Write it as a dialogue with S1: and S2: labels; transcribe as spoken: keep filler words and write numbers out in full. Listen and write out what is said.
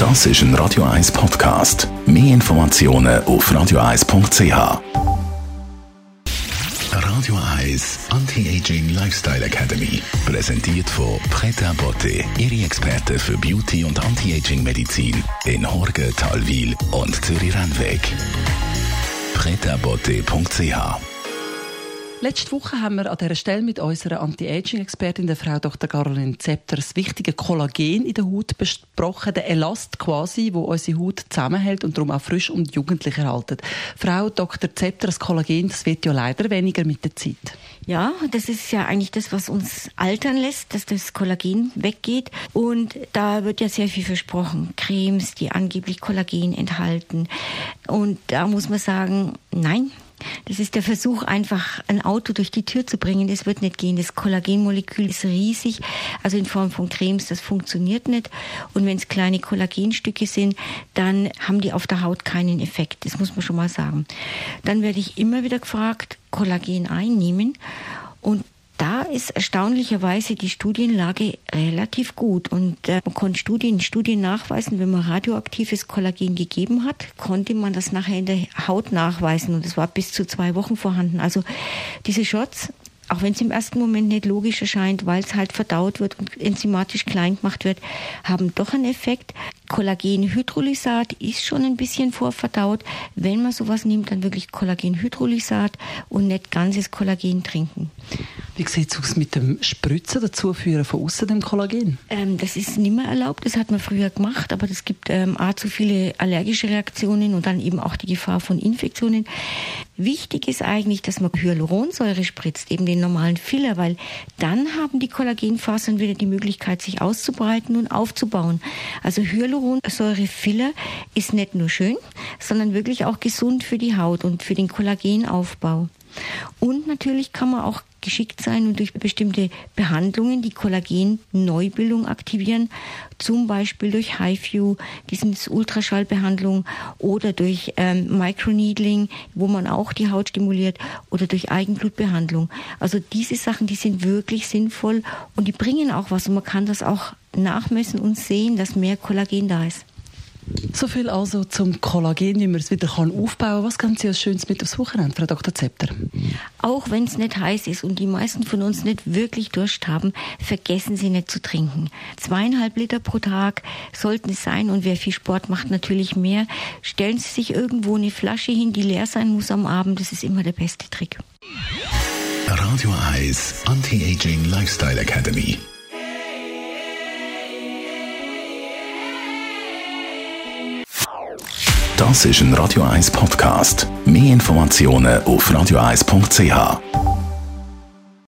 S1: Das ist ein Radio eins Podcast. Mehr Informationen auf radio eins punkt c h. Radio eins Anti-Aging Lifestyle Academy. Präsentiert von Prêt-à-Porter. Ihre Experten für Beauty- und Anti-Aging-Medizin in Horgen, Talwil und Zürich-Rennweg. prêt à porter punkt c h.
S2: Letzte Woche haben wir an dieser Stelle mit unserer Anti-Aging-Expertin, der Frau Doktor Caroline Zepter, das wichtige Kollagen in der Haut besprochen, der Elast quasi, der unsere Haut zusammenhält und darum auch frisch und jugendlich erhalten. Frau Doktor Zepter, das Kollagen, das wird ja leider weniger mit der Zeit.
S3: Ja, das ist ja eigentlich das, was uns altern lässt, dass das Kollagen weggeht. Und da wird ja sehr viel versprochen. Cremes, die angeblich Kollagen enthalten. Und da muss man sagen, nein. Das ist der Versuch, einfach ein Auto durch die Tür zu bringen. Das wird nicht gehen. Das Kollagenmolekül ist riesig, also in Form von Cremes, das funktioniert nicht. Und wenn es kleine Kollagenstücke sind, dann haben die auf der Haut keinen Effekt. Das muss man schon mal sagen. Dann werde ich immer wieder gefragt, Kollagen einnehmen. Und da ist erstaunlicherweise die Studienlage relativ gut. Und äh, man konnte Studien, Studien nachweisen, wenn man radioaktives Kollagen gegeben hat, konnte man das nachher in der Haut nachweisen. Und es war bis zu zwei Wochen vorhanden. Also diese Shots, auch wenn es im ersten Moment nicht logisch erscheint, weil es halt verdaut wird und enzymatisch klein gemacht wird, haben doch einen Effekt. Kollagenhydrolysat ist schon ein bisschen vorverdaut. Wenn man sowas nimmt, dann wirklich Kollagenhydrolysat und nicht ganzes Kollagen trinken.
S2: Wie sieht es aus mit dem Spritzen, dazuführen von außen dem Kollagen?
S3: Ähm, das ist nicht mehr erlaubt, das hat man früher gemacht, aber es gibt ähm, A, zu viele allergische Reaktionen und dann eben auch die Gefahr von Infektionen. Wichtig ist eigentlich, dass man Hyaluronsäure spritzt, eben den normalen Filler, weil dann haben die Kollagenfasern wieder die Möglichkeit, sich auszubreiten und aufzubauen. Also Hyaluronsäure-Filler ist nicht nur schön, sondern wirklich auch gesund für die Haut und für den Kollagenaufbau. Und natürlich kann man auch geschickt sein und durch bestimmte Behandlungen die Kollagenneubildung aktivieren, zum Beispiel durch H I F U, diese Ultraschallbehandlung oder durch ähm, Microneedling, wo man auch die Haut stimuliert, oder durch Eigenblutbehandlung. Also diese Sachen, die sind wirklich sinnvoll und die bringen auch was und man kann das auch nachmessen und sehen, dass mehr Kollagen da ist.
S2: So viel also zum Kollagen, wie man es wieder aufbauen kann. Was kann Sie als Schönes mit aufs Wochenende, Frau Doktor Zepter?
S3: Auch wenn es nicht heiß ist und die meisten von uns nicht wirklich Durst haben, vergessen Sie nicht zu trinken. Zweieinhalb Liter pro Tag sollten es sein und wer viel Sport macht, natürlich mehr. Stellen Sie sich irgendwo eine Flasche hin, die leer sein muss am Abend. Das ist immer der beste Trick.
S1: Radio eins Anti-Aging Lifestyle Academy. Das ist ein Radio eins Podcast. Mehr Informationen auf radio eins punkt c h.